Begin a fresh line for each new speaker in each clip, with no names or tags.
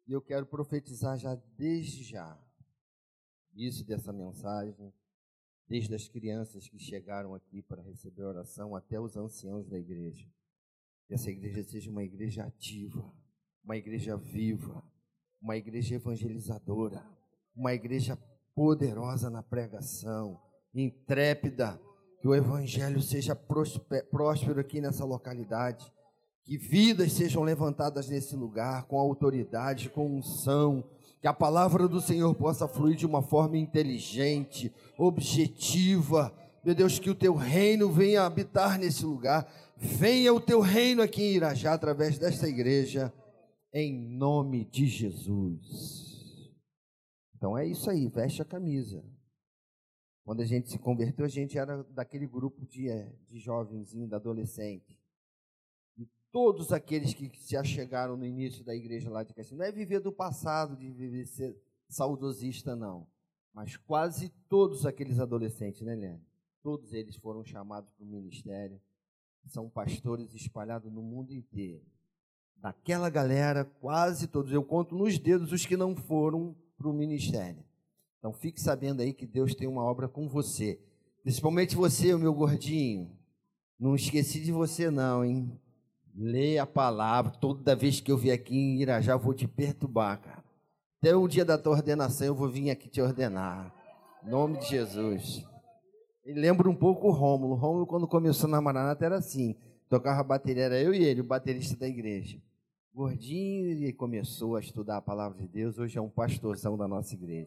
E eu quero profetizar já desde já, isso dessa mensagem, desde as crianças que chegaram aqui para receber oração até os anciãos da igreja. Que essa igreja seja uma igreja ativa, uma igreja viva, uma igreja evangelizadora, uma igreja poderosa na pregação, intrépida, que o evangelho seja próspero aqui nessa localidade, que vidas sejam levantadas nesse lugar com autoridade, com unção, que a palavra do Senhor possa fluir de uma forma inteligente, objetiva. Meu Deus, que o teu reino venha habitar nesse lugar, venha o teu reino aqui em Irajá através desta igreja, em nome de Jesus. Então é isso aí, veste a camisa. Quando a gente se converteu, a gente era daquele grupo de jovenzinho, de adolescente. E todos aqueles que se achegaram no início da igreja lá de Caxias, não é viver do passado, de viver ser saudosista, não. Mas quase todos aqueles adolescentes, né, Leandro? Todos eles foram chamados para o ministério. São pastores espalhados no mundo inteiro. Daquela galera, quase todos, eu conto nos dedos os que não foram para o ministério. Então fique sabendo aí que Deus tem uma obra com você. Principalmente você, o meu gordinho. Não esqueci de você não, hein? Lê a palavra. Toda vez que eu vier aqui em Irajá, eu vou te perturbar, cara. Até o dia da tua ordenação eu vou vir aqui te ordenar. Em nome de Jesus. E lembra um pouco o Rômulo. O Rômulo, quando começou na Maranata, era assim. Tocava a bateria, era eu e ele, o baterista da igreja. Gordinho, e começou a estudar a palavra de Deus. Hoje é um pastorzão da nossa igreja.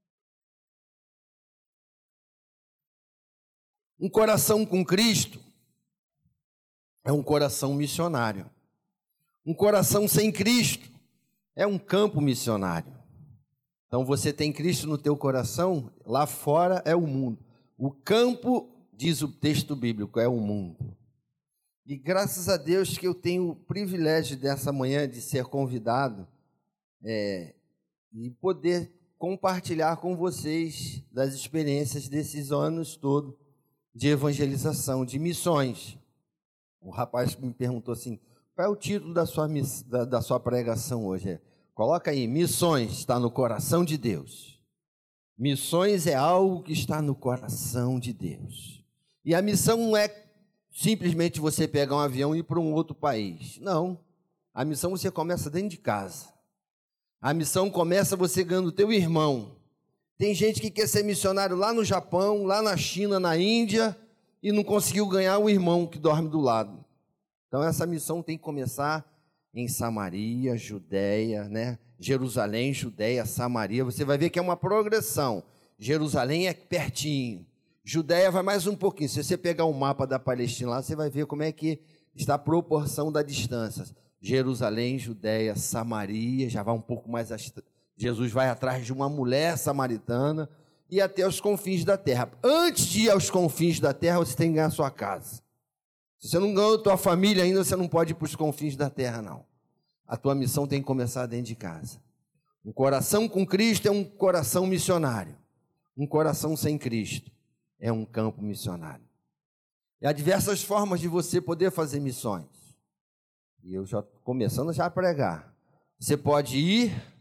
Um coração com Cristo é um coração missionário. Um coração sem Cristo é um campo missionário. Então você tem Cristo no teu coração, lá fora é o mundo. O campo, diz o texto bíblico, é o mundo. E graças a Deus que eu tenho o privilégio dessa manhã de ser convidado e poder compartilhar com vocês das experiências desses anos todos de evangelização, de missões. O rapaz me perguntou assim, qual é o título da sua pregação hoje? Coloca aí, missões, está no coração de Deus. Missões é algo que está no coração de Deus. E a missão não é simplesmente você pegar um avião e ir para um outro país. Não. A missão você começa dentro de casa. A missão começa você ganhando o teu irmão. Tem gente que quer ser missionário lá no Japão, lá na China, na Índia, e não conseguiu ganhar o irmão que dorme do lado. Então essa missão tem que começar em Samaria, Judeia, né? Jerusalém, Judeia, Samaria. Você vai ver que é uma progressão. Jerusalém é pertinho. Judeia vai mais um pouquinho. Se você pegar o mapa da Palestina lá, você vai ver como é que está a proporção da distância. Jerusalém, Judeia, Samaria, já vai um pouco mais... Jesus vai atrás de uma mulher samaritana e até os confins da terra. Antes de ir aos confins da terra, você tem que ganhar a sua casa. Se você não ganhou a tua família ainda, você não pode ir para os confins da terra, não. A tua missão tem que começar dentro de casa. Um coração com Cristo é um coração missionário. Um coração sem Cristo é um campo missionário. E há diversas formas de você poder fazer missões. E eu já começando já a pregar. Você pode ir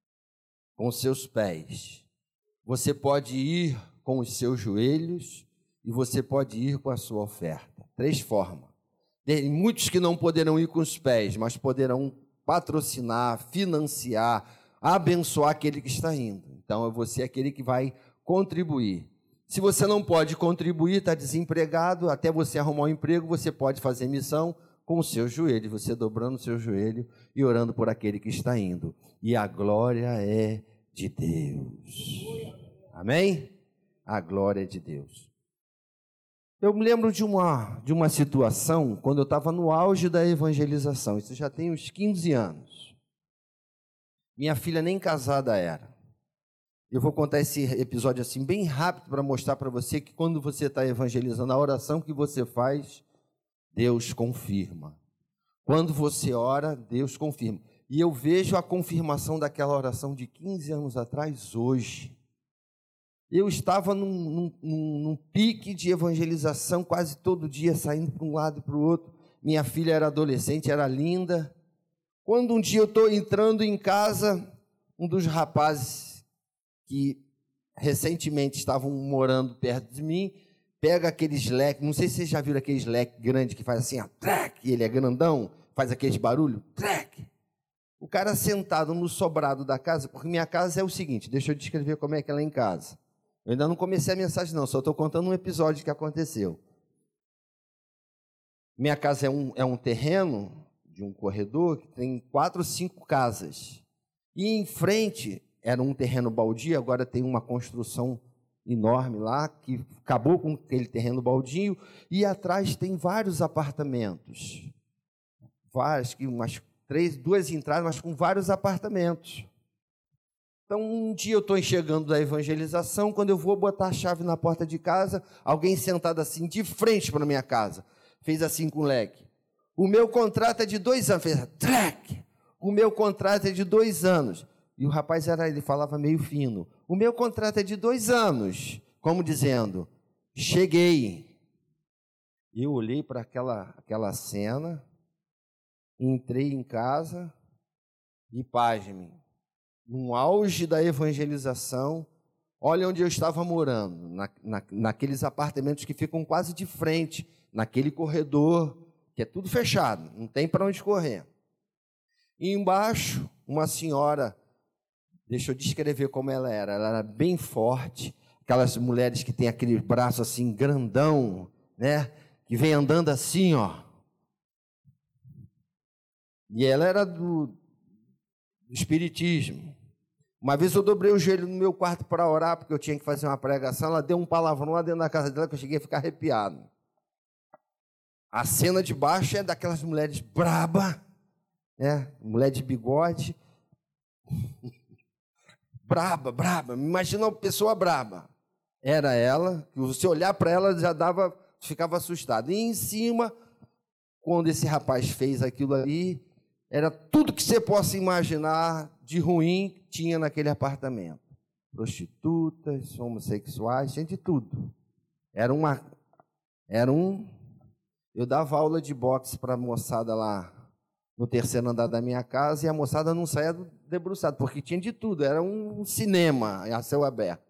com os seus pés. Você pode ir com os seus joelhos e você pode ir com a sua oferta. 3 formas. Tem muitos que não poderão ir com os pés, mas poderão patrocinar, financiar, abençoar aquele que está indo. Então, é você aquele que vai contribuir. Se você não pode contribuir, está desempregado, até você arrumar um emprego, você pode fazer missão com o seu joelho, você dobrando o seu joelho e orando por aquele que está indo. E a glória é de Deus. Amém? A glória é de Deus. Eu me lembro de uma situação, quando eu estava no auge da evangelização, isso já tem uns 15 anos. Minha filha nem casada era. Eu vou contar esse episódio assim bem rápido para mostrar para você que quando você está evangelizando, a oração que você faz, Deus confirma. Quando você ora, Deus confirma. E eu vejo a confirmação daquela oração de 15 anos atrás hoje. Eu estava num pique de evangelização quase todo dia, saindo para um lado e para o outro. Minha filha era adolescente, era linda. Quando um dia eu estou entrando em casa, um dos rapazes que recentemente estavam morando perto de mim, pega aqueles leques, não sei se vocês já viram aqueles leques grandes que faz assim, ó, track, e ele é grandão, faz aquele barulho, track. O cara sentado no sobrado da casa, porque minha casa é o seguinte, deixa eu descrever como é que ela é em casa. Eu ainda não comecei a mensagem não, só estou contando um episódio que aconteceu. Minha casa é um terreno de um corredor que tem 4 ou 5 casas. E em frente era um terreno baldio, agora tem uma construção enorme lá, que acabou com aquele terreno baldio, e atrás tem vários apartamentos. Várias, umas 2 entradas, mas com vários apartamentos. Então, um dia eu estou chegando da evangelização, quando eu vou botar a chave na porta de casa, alguém sentado assim, de frente para a minha casa, fez assim com o leque. O meu contrato é de 2 anos. Fez track. O meu contrato é de 2 anos. E o rapaz ele falava meio fino. O meu contrato é de 2 anos. Como dizendo, cheguei. Eu olhei para aquela cena, entrei em casa e, pasme, no auge da evangelização, olha onde eu estava morando, naqueles apartamentos que ficam quase de frente, naquele corredor, que é tudo fechado, não tem para onde correr. E embaixo, uma senhora, deixa eu descrever como ela era bem forte, aquelas mulheres que têm aquele braço assim, grandão, né, que vem andando assim, ó. E ela era do espiritismo. Uma vez eu dobrei o joelho no meu quarto para orar, porque eu tinha que fazer uma pregação, ela deu um palavrão lá dentro da casa dela que eu cheguei a ficar arrepiado. A cena de baixo é daquelas mulheres braba, né? Mulher de bigode. braba. Imagina uma pessoa braba. Era ela, que você olhar para ela já ficava assustado. E em cima, quando esse rapaz fez aquilo ali, era tudo que você possa imaginar de ruim tinha naquele apartamento. Prostitutas, homossexuais, tinha de tudo. Eu dava aula de boxe para a moçada lá no 3º andar da minha casa e a moçada não saía debruçada, porque tinha de tudo, era um cinema a céu aberto.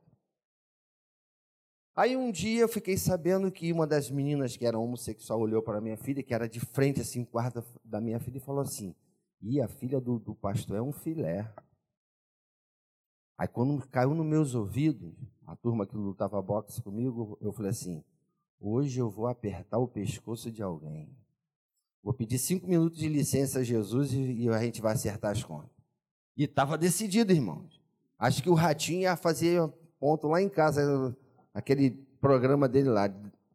Aí um dia eu fiquei sabendo que uma das meninas que era homossexual olhou para a minha filha, que era de frente assim, quarto da minha filha, e falou assim, a filha do pastor é um filé. Aí quando caiu nos meus ouvidos, a turma que lutava boxe comigo, eu falei assim, hoje eu vou apertar o pescoço de alguém. Vou pedir 5 minutos de licença a Jesus e a gente vai acertar as contas. E estava decidido, irmãos. Acho que o Ratinho ia fazer ponto lá em casa, aquele programa dele lá.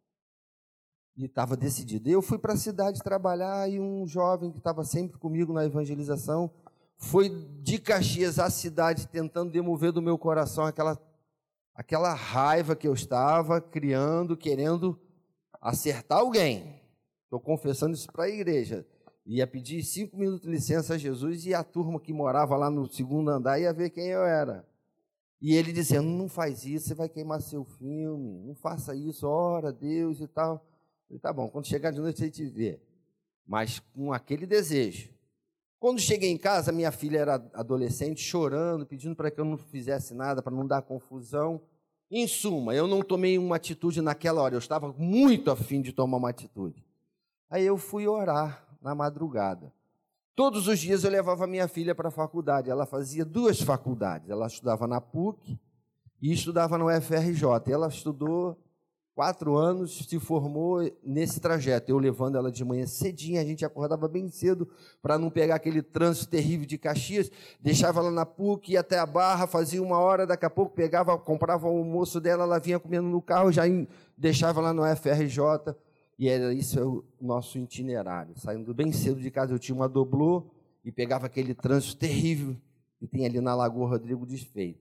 E estava decidido. Eu fui para a cidade trabalhar e um jovem que estava sempre comigo na evangelização foi de Caxias à cidade tentando demover do meu coração aquela raiva que eu estava criando, querendo acertar alguém. Estou confessando isso para a igreja. Ia pedir 5 minutos de licença a Jesus e a turma que morava lá no 2º andar ia ver quem eu era. E ele dizendo, não faz isso, você vai queimar seu filme, não faça isso, ora Deus e tal. Eu falei, tá bom, quando chegar de noite você te vê. Mas com aquele desejo. Quando cheguei em casa, minha filha era adolescente, chorando, pedindo para que eu não fizesse nada, para não dar confusão. Em suma, eu não tomei uma atitude naquela hora, eu estava muito afim de tomar uma atitude. Aí eu fui orar na madrugada. Todos os dias eu levava minha filha para a faculdade, ela fazia 2 faculdades, ela estudava na PUC e estudava no UFRJ. Ela estudou 4 anos, se formou nesse trajeto, eu levando ela de manhã cedinho, a gente acordava bem cedo para não pegar aquele trânsito terrível de Caxias, deixava ela na PUC, ia até a Barra, fazia 1 hora, daqui a pouco comprava o almoço dela, ela vinha comendo no carro, já deixava lá no UFRJ, e isso é o nosso itinerário. Saindo bem cedo de casa, eu tinha uma doblô e pegava aquele trânsito terrível que tem ali na Lagoa Rodrigo Desfeito.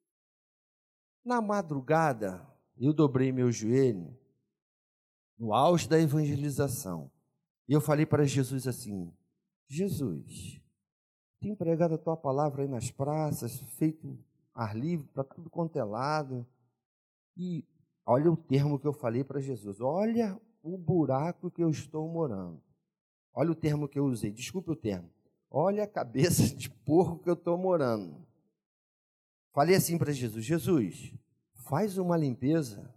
Na madrugada, eu dobrei meu joelho no auge da evangelização. E eu falei para Jesus assim, Jesus, tenho pregado a tua palavra aí nas praças, feito ar livre para tudo quanto é lado. E olha o termo que eu falei para Jesus, olha o buraco que eu estou morando. Olha o termo que eu usei, desculpe o termo. olha a cabeça de porco que eu estou morando. Falei assim para Jesus, Jesus, faz uma limpeza.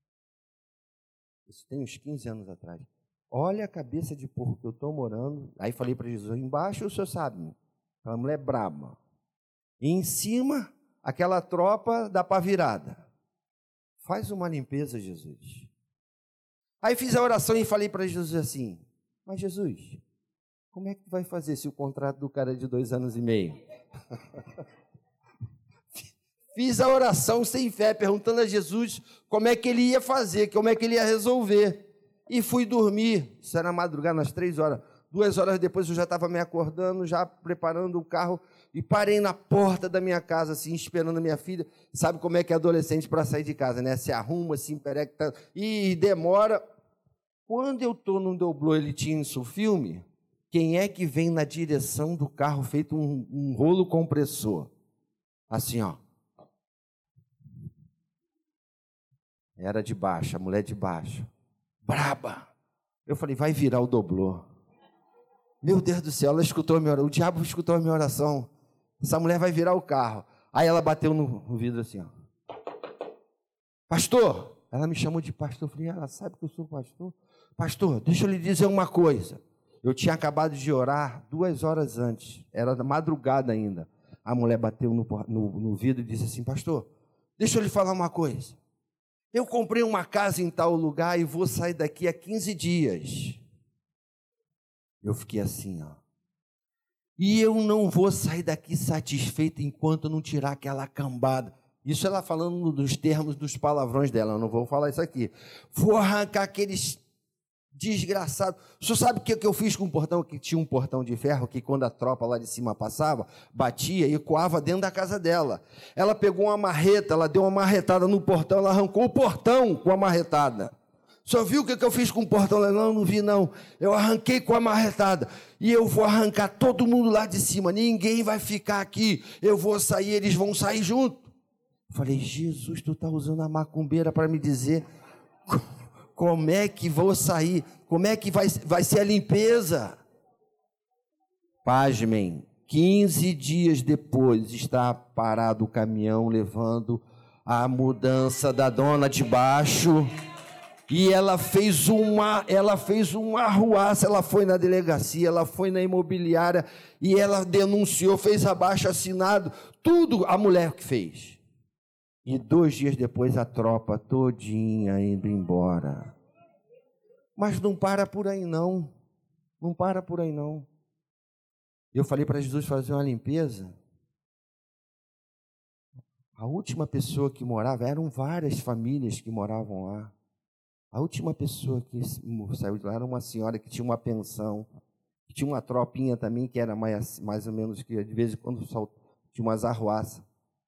Isso tem uns 15 anos atrás. Olha a cabeça de porco que eu estou morando. Aí falei para Jesus, embaixo o senhor sabe, aquela mulher braba. E em cima, aquela tropa da pá virada. Faz uma limpeza, Jesus. Aí fiz a oração e falei para Jesus assim, mas Jesus, como é que vai fazer se o contrato do cara é de 2 anos e meio? Fiz a oração sem fé, perguntando a Jesus como é que ele ia fazer, como é que ele ia resolver. E fui dormir, isso era madrugada, nas 3 horas. 2 horas depois eu já estava me acordando, já preparando o carro, e parei na porta da minha casa, assim, esperando a minha filha. Sabe como é que é adolescente para sair de casa, né? Se arruma, assim, perecta, e demora. Quando eu estou no doblô, ele tinha isso, o filme, quem é que vem na direção do carro feito um rolo compressor? Assim, ó. Era de baixo, a mulher de baixo. Braba. Eu falei, vai virar o doblô. Meu Deus do céu, ela escutou a minha oração. O diabo escutou a minha oração. Essa mulher vai virar o carro. Aí ela bateu no vidro assim, ó. Pastor! Ela me chamou de pastor. Eu falei, ela sabe que eu sou pastor? Pastor, deixa eu lhe dizer uma coisa. Eu tinha acabado de orar 2 horas antes. Era da madrugada ainda. A mulher bateu no vidro e disse assim, pastor, deixa eu lhe falar uma coisa. Eu comprei uma casa em tal lugar e vou sair daqui a 15 dias. Eu fiquei assim, ó. E eu não vou sair daqui satisfeito enquanto não tirar aquela cambada. Isso ela falando dos termos, dos palavrões dela. Eu não vou falar isso aqui. Vou arrancar aqueles desgraçados. O senhor sabe o que eu fiz com o portão? Que tinha um portão de ferro que quando a tropa lá de cima passava, batia e ecoava dentro da casa dela. Ela pegou uma marreta, ela deu uma marretada no portão, ela arrancou o portão com a marretada. O senhor viu o que eu fiz com o portão? Não, não vi não. Eu arranquei com a marretada. E eu vou arrancar todo mundo lá de cima. Ninguém vai ficar aqui. Eu vou sair, eles vão sair junto. Eu falei, Jesus, tu está usando a macumbeira para me dizer como é que vou sair? Como é que vai ser a limpeza? Pasmem, 15 dias depois está parado o caminhão levando a mudança da dona de baixo. E ela fez uma arruaça, ela foi na delegacia, ela foi na imobiliária e ela denunciou, fez abaixo-assinado, tudo a mulher que fez. E 2 dias depois a tropa todinha indo embora. Mas não para por aí não, não para por aí não. Eu falei para Jesus fazer uma limpeza. A última pessoa que morava, eram várias famílias que moravam lá. A última pessoa que saiu de lá era uma senhora que tinha uma pensão, que tinha uma tropinha também, que era mais ou menos, que de vez em quando tinha umas arruaças.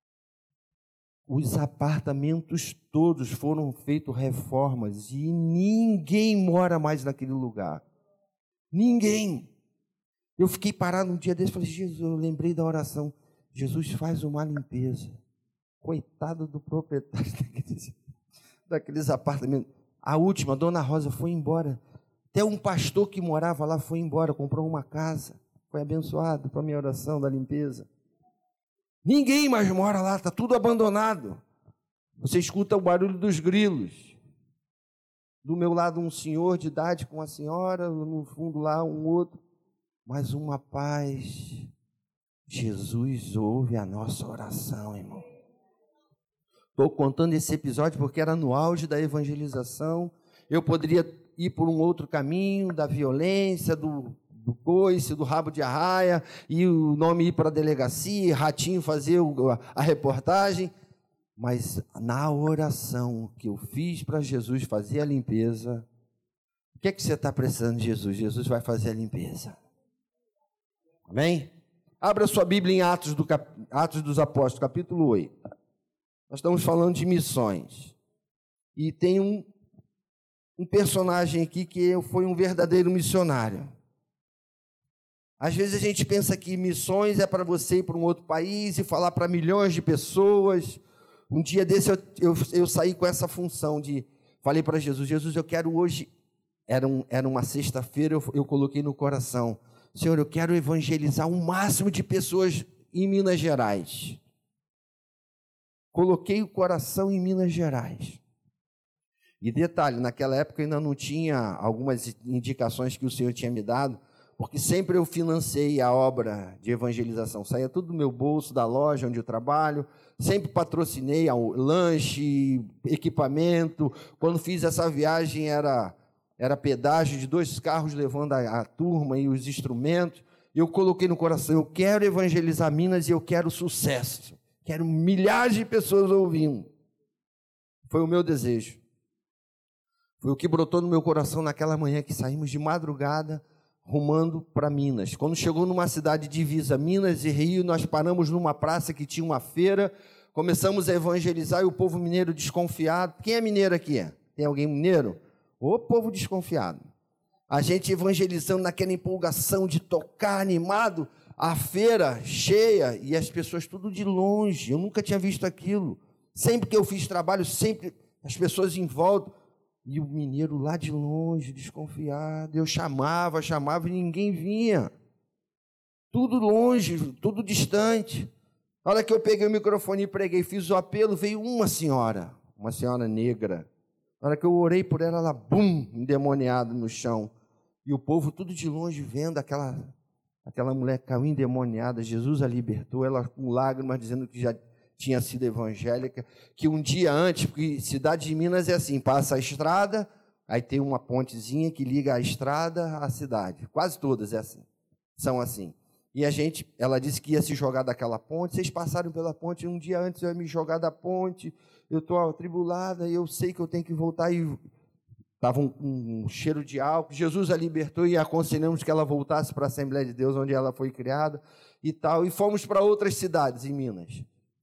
Os apartamentos todos foram feitos reformas e ninguém mora mais naquele lugar. Ninguém. Eu fiquei parado um dia desse e falei, Jesus, eu lembrei da oração. Jesus, faz uma limpeza. Coitado do proprietário daqueles apartamentos. A última, a dona Rosa, foi embora. Até um pastor que morava lá foi embora, comprou uma casa. Foi abençoado para a minha oração da limpeza. Ninguém mais mora lá, está tudo abandonado. Você escuta o barulho dos grilos. Do meu lado um senhor de idade com uma senhora, no fundo lá um outro. Mas uma paz. Jesus ouve a nossa oração, irmão. Estou contando esse episódio porque era no auge da evangelização. Eu poderia ir por um outro caminho, da violência, do coice, do rabo de arraia, e o nome ir para a delegacia, Ratinho fazer a reportagem. Mas na oração que eu fiz para Jesus fazer a limpeza, o que é que você está precisando de Jesus? Jesus vai fazer a limpeza. Amém? Abra sua Bíblia em Atos dos Apóstolos, capítulo 8. Nós estamos falando de missões. E tem um personagem aqui que foi um verdadeiro missionário. Às vezes a gente pensa que missões é para você ir para um outro país e falar para milhões de pessoas. Um dia desse eu saí com essa função de... Falei para Jesus, Jesus, eu quero hoje... Era uma sexta-feira, eu coloquei no coração. Senhor, eu quero evangelizar o máximo de pessoas em Minas Gerais. Coloquei o coração em Minas Gerais. E detalhe, naquela época eu ainda não tinha algumas indicações que o Senhor tinha me dado, porque sempre eu financei a obra de evangelização. Saía tudo do meu bolso, da loja onde eu trabalho, sempre patrocinei lanche, equipamento. Quando fiz essa viagem era pedágio de 2 carros levando a turma e os instrumentos. Eu coloquei no coração, eu quero evangelizar Minas e eu quero sucesso. Quero milhares de pessoas ouvindo. Foi o meu desejo. Foi o que brotou no meu coração naquela manhã que saímos de madrugada rumando para Minas. Quando chegou numa cidade divisa, Minas e Rio, nós paramos numa praça que tinha uma feira, começamos a evangelizar e o povo mineiro desconfiado. Quem é mineiro aqui? Tem alguém mineiro? Ô povo desconfiado. A gente evangelizando naquela empolgação de tocar, animado, a feira cheia e as pessoas tudo de longe. Eu nunca tinha visto aquilo. Sempre que eu fiz trabalho, sempre as pessoas em volta. E o mineiro lá de longe, desconfiado. Eu chamava e ninguém vinha. Tudo longe, tudo distante. Na hora que eu peguei o microfone e preguei, fiz o apelo, veio uma senhora negra. Na hora que eu orei por ela, ela, bum, endemoniada no chão. E o povo tudo de longe vendo aquela mulher caiu endemoniada. Jesus a libertou, ela com lágrimas, dizendo que já tinha sido evangélica, que um dia antes, porque cidade de Minas é assim, passa a estrada, aí tem uma pontezinha que liga a estrada à cidade. Quase todas são assim. E ela disse que ia se jogar daquela ponte, vocês passaram pela ponte, um dia antes eu ia me jogar da ponte, eu estou atribulada, eu sei que eu tenho que voltar, e estava um cheiro de álcool. Jesus a libertou e aconselhamos que ela voltasse para a Assembleia de Deus, onde ela foi criada e tal, e fomos para outras cidades em Minas.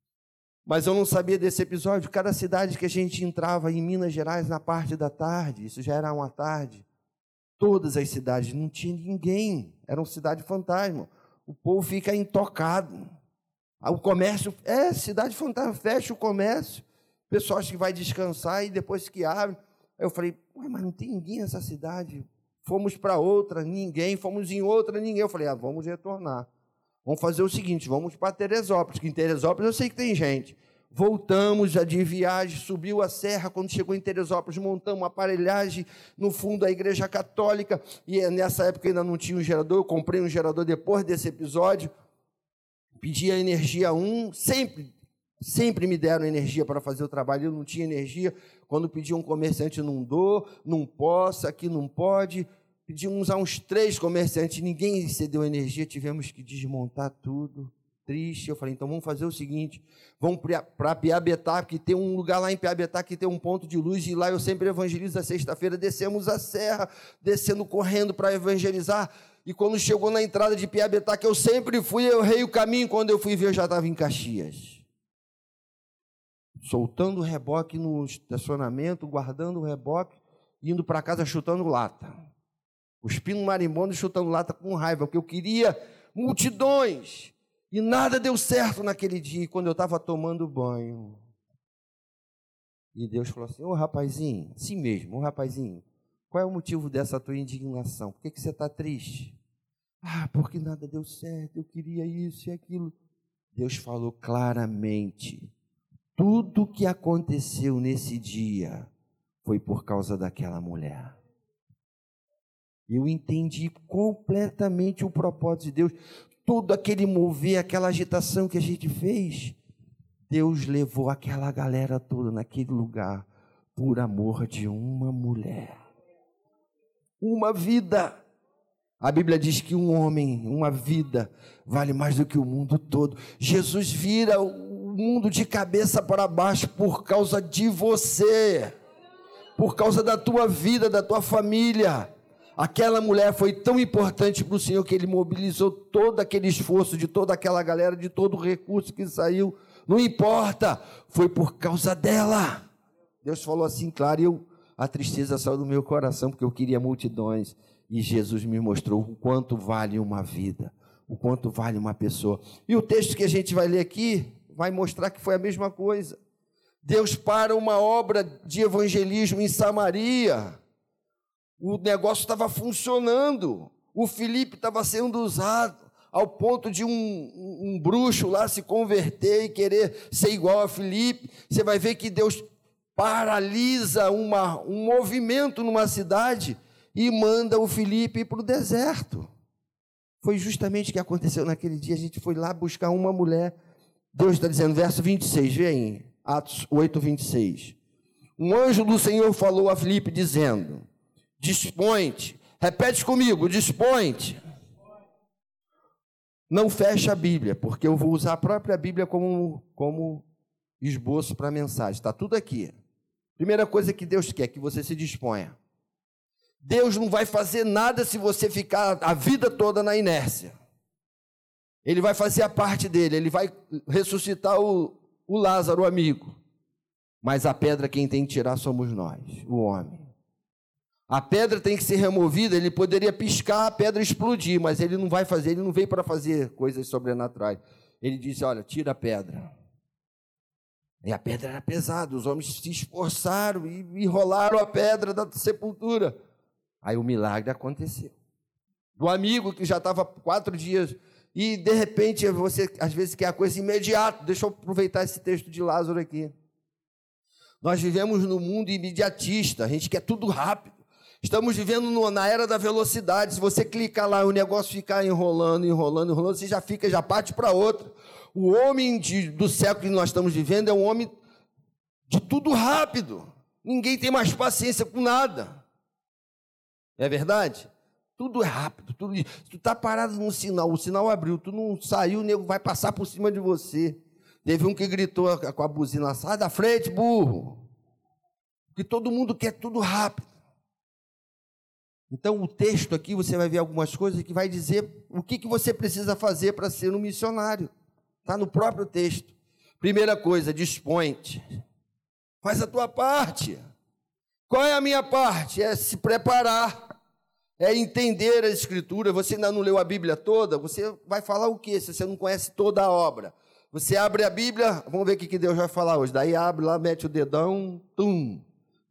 Mas eu não sabia desse episódio. Cada cidade que a gente entrava em Minas Gerais na parte da tarde, isso já era uma tarde, todas as cidades, não tinha ninguém, era uma cidade fantasma. O povo fica intocado. O comércio, cidade fantasma, fecha o comércio, o pessoal acha que vai descansar e depois que abre. Eu falei, mas não tem ninguém nessa cidade. Fomos para outra, ninguém, fomos em outra, ninguém. Eu falei, vamos retornar. Vamos fazer o seguinte, vamos para Teresópolis, que em Teresópolis eu sei que tem gente. Voltamos já de viagem, subiu a serra, quando chegou em Teresópolis, montamos uma aparelhagem no fundo da igreja católica, e nessa época ainda não tinha um gerador, eu comprei um gerador depois desse episódio, pedi a energia 1, sempre me deram energia para fazer o trabalho, eu não tinha energia, quando pedi um comerciante não dou, não posso, aqui não pode. Pedimos a uns 3 comerciantes, ninguém cedeu energia, tivemos que desmontar tudo, triste. Eu falei, então vamos fazer o seguinte, vamos para Piabetá, porque tem um lugar lá em Piabetá que tem um ponto de luz, e lá eu sempre evangelizo a sexta-feira, descemos a serra, descendo correndo para evangelizar, e quando chegou na entrada de Piabetá, que eu sempre fui, eu errei o caminho, quando eu fui ver, eu já estava em Caxias. Soltando o reboque no estacionamento, guardando o reboque, indo para casa chutando lata. Cuspindo marimbondo e chutando lata com raiva, porque eu queria multidões. E nada deu certo naquele dia, quando eu estava tomando banho. E Deus falou assim, rapazinho, assim mesmo, rapazinho, qual é o motivo dessa tua indignação? Por que você está triste? Porque nada deu certo, eu queria isso e aquilo. Deus falou claramente, tudo que aconteceu nesse dia foi por causa daquela mulher. Eu entendi completamente o propósito de Deus. Todo aquele mover, aquela agitação que a gente fez, Deus levou aquela galera toda naquele lugar por amor de uma mulher. Uma vida. A Bíblia diz que um homem, uma vida, vale mais do que o mundo todo. Jesus vira o mundo de cabeça para baixo por causa de você, por causa da tua vida, da tua família. Aquela mulher foi tão importante para o Senhor que Ele mobilizou todo aquele esforço de toda aquela galera, de todo o recurso que saiu. Não importa, foi por causa dela. Deus falou assim, claro, e a tristeza saiu do meu coração, porque eu queria multidões. E Jesus me mostrou o quanto vale uma vida, o quanto vale uma pessoa. E o texto que a gente vai ler aqui vai mostrar que foi a mesma coisa. Deus para uma obra de evangelismo em Samaria. O negócio estava funcionando. O Filipe estava sendo usado ao ponto de um bruxo lá se converter e querer ser igual a Filipe. Você vai ver que Deus paralisa um movimento numa cidade e manda o Filipe ir para o deserto. Foi justamente o que aconteceu naquele dia. A gente foi lá buscar uma mulher. Deus está dizendo, verso 26, vê aí, Atos 8, 26. Um anjo do Senhor falou a Filipe dizendo, dispõe-te, repete comigo, dispõe-te. Não feche a Bíblia, porque eu vou usar a própria Bíblia como esboço para a mensagem. Está tudo aqui. Primeira coisa que Deus quer, que você se disponha. Deus não vai fazer nada se você ficar a vida toda na inércia. Ele vai fazer a parte dele, ele vai ressuscitar o Lázaro, o amigo. Mas a pedra quem tem que tirar somos nós, o homem. A pedra tem que ser removida, ele poderia piscar, a pedra explodir, mas ele não vai fazer, ele não veio para fazer coisas sobrenaturais. Ele disse, olha, tira a pedra. E a pedra era pesada, os homens se esforçaram e enrolaram a pedra da sepultura. Aí o milagre aconteceu. Do amigo que já estava 4 dias, e de repente você às vezes quer a coisa imediata. Deixa eu aproveitar esse texto de Lázaro aqui. Nós vivemos num mundo imediatista, a gente quer tudo rápido. Estamos vivendo na era da velocidade. Se você clicar lá, o negócio ficar enrolando, você já parte para outro. O homem do século que nós estamos vivendo é um homem de tudo rápido. Ninguém tem mais paciência com nada. É verdade? Tudo é rápido. Se tu está parado no sinal, o sinal abriu, tu não saiu, o nego vai passar por cima de você. Teve um que gritou com a buzina, sai da frente, burro. Porque todo mundo quer tudo rápido. Então, o texto aqui, você vai ver algumas coisas que vai dizer o que você precisa fazer para ser um missionário. Está no próprio texto. Primeira coisa, dispõe-te. Faz a tua parte. Qual é a minha parte? É se preparar. É entender a Escritura. Você ainda não leu a Bíblia toda? Você vai falar o quê se você não conhece toda a obra? Você abre a Bíblia, vamos ver o que Deus vai falar hoje. Daí abre lá, mete o dedão, tum.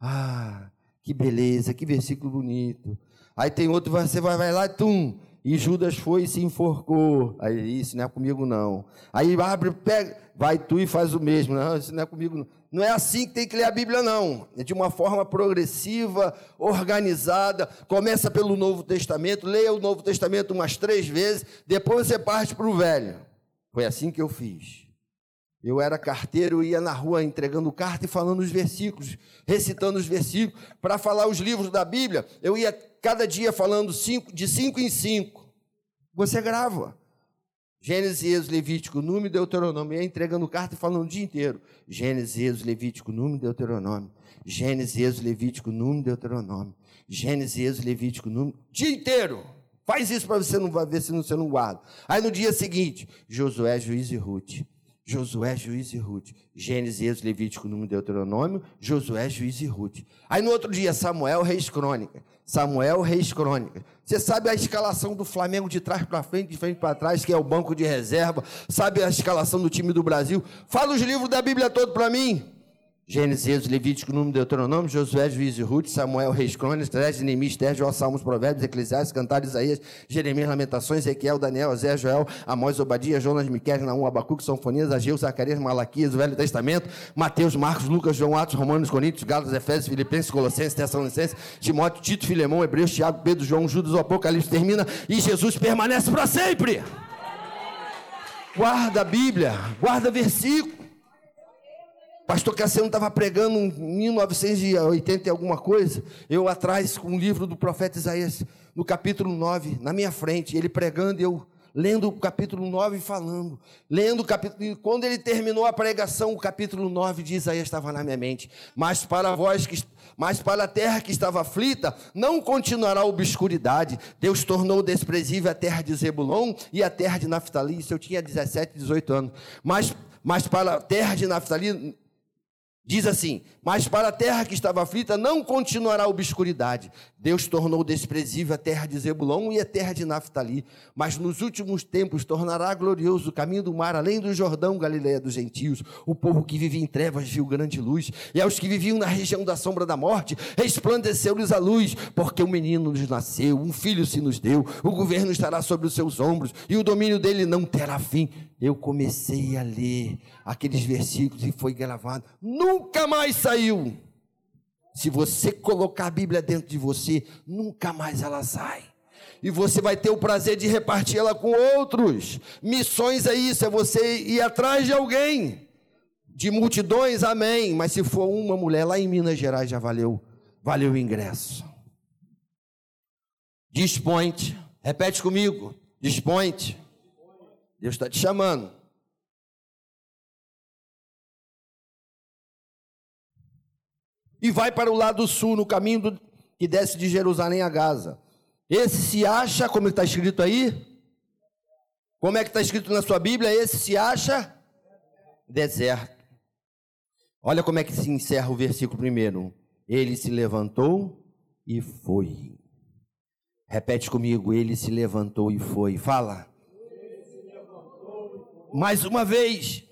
Ah, que beleza, que versículo bonito. Aí tem outro, você vai lá, tum. E Judas foi e se enforcou. Aí, isso não é comigo não. Aí abre, pega, vai tu e faz o mesmo. Não, isso não é comigo não. Não é assim que tem que ler a Bíblia não. É de uma forma progressiva, organizada. Começa pelo Novo Testamento, leia o Novo Testamento umas 3 vezes, depois você parte para o Velho. Foi assim que eu fiz. Eu era carteiro, eu ia na rua entregando carta e falando os versículos, recitando os versículos. Para falar os livros da Bíblia, eu ia cada dia falando de 5 em 5. Você grava. Gênesis, Êxodo, Levítico, Número e Deuteronômio. Eu ia entregando carta e falando o dia inteiro. Gênesis, Êxodo, Levítico, Número e Deuteronômio. Gênesis, Êxodo, Levítico, Número e Deuteronômio. Gênesis, Êxodo, Levítico, Número. Dia inteiro. Faz isso para você não ver se você não guarda. Aí no dia seguinte, Josué, Juiz e Ruth. Josué, Juiz e Ruth. Gênesis, Êxodo, Levítico, Número e Deuteronômio. Josué, Juiz e Ruth. Aí no outro dia, Samuel, Reis, Crônica. Samuel, Reis, Crônica. Você sabe a escalação do Flamengo de trás para frente, de frente para trás, que é o banco de reserva. Sabe a escalação do time do Brasil. Fala os livros da Bíblia todo para mim. Gênesis, Êxodo, Levítico, Número, Deuteronômio, Josué, Juiz e Ruth, Samuel, Reis, Crônicas, Esdras, Neemias, Esther, Jó, Salmos, Provérbios, Eclesiastes, Cantares, Isaías, Jeremias, Lamentações, Ezequiel, Daniel, Osés, Joel, Amós, Obadias, Jonas, Miqueias, Naum, Abacuque, Sofonias, Ageu, Zacarias, Malaquias, o Velho Testamento, Mateus, Marcos, Lucas, João, Atos, Romanos, Coríntios, Gálatas, Efésios, Filipenses, Colossenses, Tessalonicenses, Timóteo, Tito, Filemão, Hebreus, Tiago, Pedro, João, Judas, o Apocalipse termina e Jesus permanece para sempre. Guarda a Bíblia, guarda versículo. Pastor Cassiano estava pregando em 1980 e alguma coisa, eu atrás com um livro do profeta Isaías, no capítulo 9, na minha frente, ele pregando e eu lendo o capítulo 9 e falando, lendo o capítulo, e quando ele terminou a pregação, o capítulo 9 de Isaías estava na minha mente, mas para a terra que estava aflita, não continuará a obscuridade, Deus tornou desprezível a terra de Zebulon e a terra de Naftali, isso eu tinha 17, 18 anos, mas para a terra de Naftali, Diz assim: mas para a terra que estava aflita não continuará a obscuridade. Deus tornou desprezível a terra de Zebulon e a terra de Naftali, mas nos últimos tempos tornará glorioso o caminho do mar, além do Jordão, Galileia dos gentios. O povo que vivia em trevas viu grande luz, e aos que viviam na região da sombra da morte, resplandeceu-lhes a luz, porque um menino nos nasceu, um filho se nos deu, o governo estará sobre os seus ombros, e o domínio dele não terá fim. Eu comecei a ler aqueles versículos e foi gravado, nunca mais saiu. Se você colocar a Bíblia dentro de você, nunca mais ela sai. E você vai ter o prazer de repartir ela com outros. Missões é isso, é você ir atrás de alguém. De multidões, amém. Mas se for uma mulher, lá em Minas Gerais já valeu o ingresso. Dispõe-te, repete comigo, dispõe-te. Deus está te chamando. E vai para o lado sul, no caminho que desce de Jerusalém a Gaza. Esse se acha, como está escrito aí? Como é que está escrito na sua Bíblia? Esse se acha deserto. Olha como é que se encerra o versículo primeiro. Ele se levantou e foi. Repete comigo, ele se levantou e foi. Fala. Mais uma vez.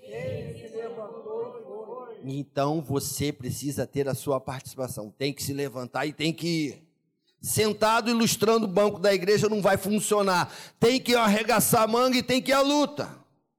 Então você precisa ter a sua participação. Tem que se levantar e tem que ir. Sentado ilustrando o banco da igreja não vai funcionar. Tem que arregaçar a manga e tem que ir à luta.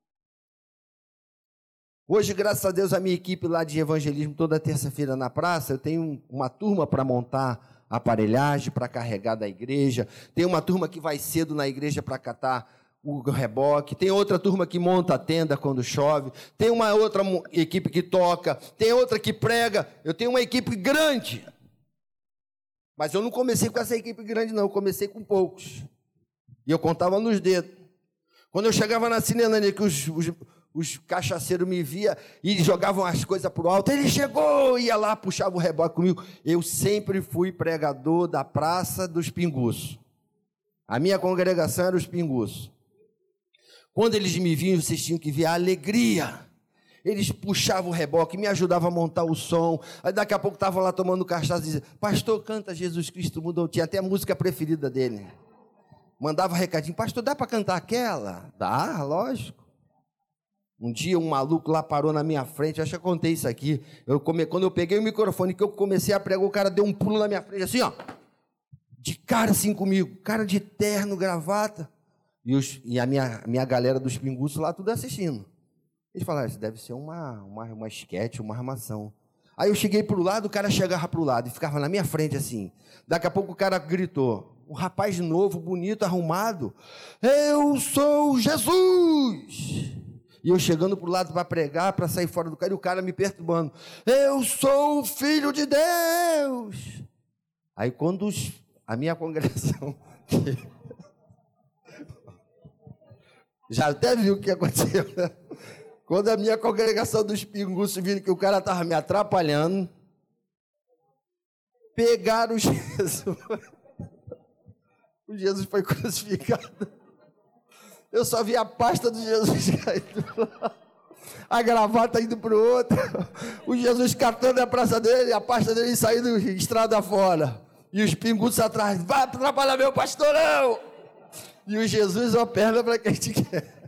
Hoje, graças a Deus, a minha equipe lá de evangelismo, toda terça-feira na praça, eu tenho uma turma para montar aparelhagem, para carregar da igreja. Tem uma turma que vai cedo na igreja para catar o reboque, tem outra turma que monta a tenda quando chove, tem uma outra equipe que toca, tem outra que prega. Eu tenho uma equipe grande, mas eu não comecei com essa equipe grande não, eu comecei com poucos, e eu contava nos dedos. Quando eu chegava na Cinelândia, que os cachaceiros me viam e jogavam as coisas para o alto, ele chegou, ia lá, puxava o reboque comigo. Eu sempre fui pregador da Praça dos Pinguços, a minha congregação era os Pinguços. Quando eles me viam, vocês tinham que ver a alegria. Eles puxavam o reboque, me ajudavam a montar o som. Aí daqui a pouco estavam lá tomando cachaça e diziam: pastor, canta Jesus Cristo mudou. Tinha até a música preferida dele. Mandava recadinho: pastor, dá para cantar aquela? Dá, lógico. Um dia um maluco lá parou na minha frente, acho que eu contei isso aqui. Quando eu peguei o microfone, que eu comecei a pregar, o cara deu um pulo na minha frente, assim, ó. De cara assim comigo, cara de terno, gravata. E a minha galera dos Pinguços lá, tudo assistindo. Eles falaram: isso deve ser uma esquete, uma armação. Aí eu cheguei para o lado, o cara chegava para o lado e ficava na minha frente assim. Daqui a pouco o cara gritou, um rapaz novo, bonito, arrumado: eu sou Jesus! E eu chegando para o lado para pregar, para sair fora do cara, e o cara me perturbando: eu sou o Filho de Deus! Aí quando a minha congregação... Já até viu o que aconteceu, né? Quando a minha congregação dos Pinguços viram que o cara estava me atrapalhando, pegaram Jesus. O Jesus foi crucificado. Eu só vi a pasta do Jesus caindo, a gravata indo para o outro, o Jesus catando a praça dele, a pasta dele saindo estrada fora. E os Pinguços atrás: vai atrapalhar meu pastorão! E o Jesus, ó, perna para quem te quer.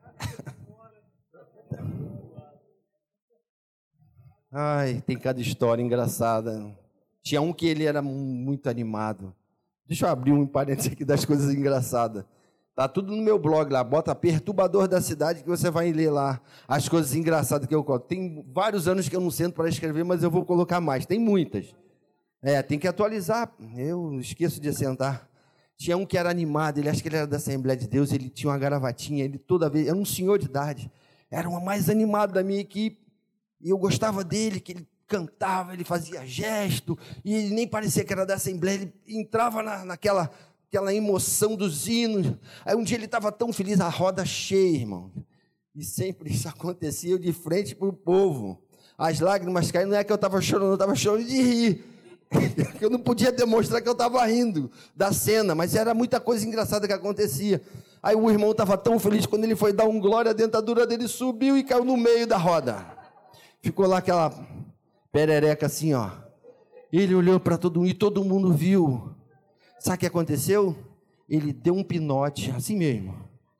Ai, tem cada história engraçada. Tinha um que ele era muito animado. Deixa eu abrir um parênteses aqui das coisas engraçadas. Tá tudo no meu blog lá, bota Perturbador da Cidade, que você vai ler lá as coisas engraçadas que eu conto. Tem vários anos que eu não sento para escrever, mas eu vou colocar mais. Tem muitas. Tem que atualizar. Eu esqueço de sentar. Tinha um que era animado, ele acho que ele era da Assembleia de Deus, ele tinha uma gravatinha, ele toda vez, era um senhor de idade, era o mais animado da minha equipe, e eu gostava dele, que ele cantava, ele fazia gesto, e ele nem parecia que era da Assembleia, ele entrava naquela emoção dos hinos. Aí um dia ele estava tão feliz, a roda cheia, irmão, e sempre isso acontecia, eu de frente para o povo, as lágrimas caíram, não é que eu estava chorando, eu estava chorando de rir. Eu não podia demonstrar que eu estava rindo da cena, mas era muita coisa engraçada que acontecia. Aí o irmão estava tão feliz, quando ele foi dar um glória, a dentadura dele subiu e caiu no meio da roda. Ficou lá perereca assim, ó. Ele olhou para todo mundo e todo mundo viu. Sabe o que aconteceu? Ele deu um pinote, assim mesmo.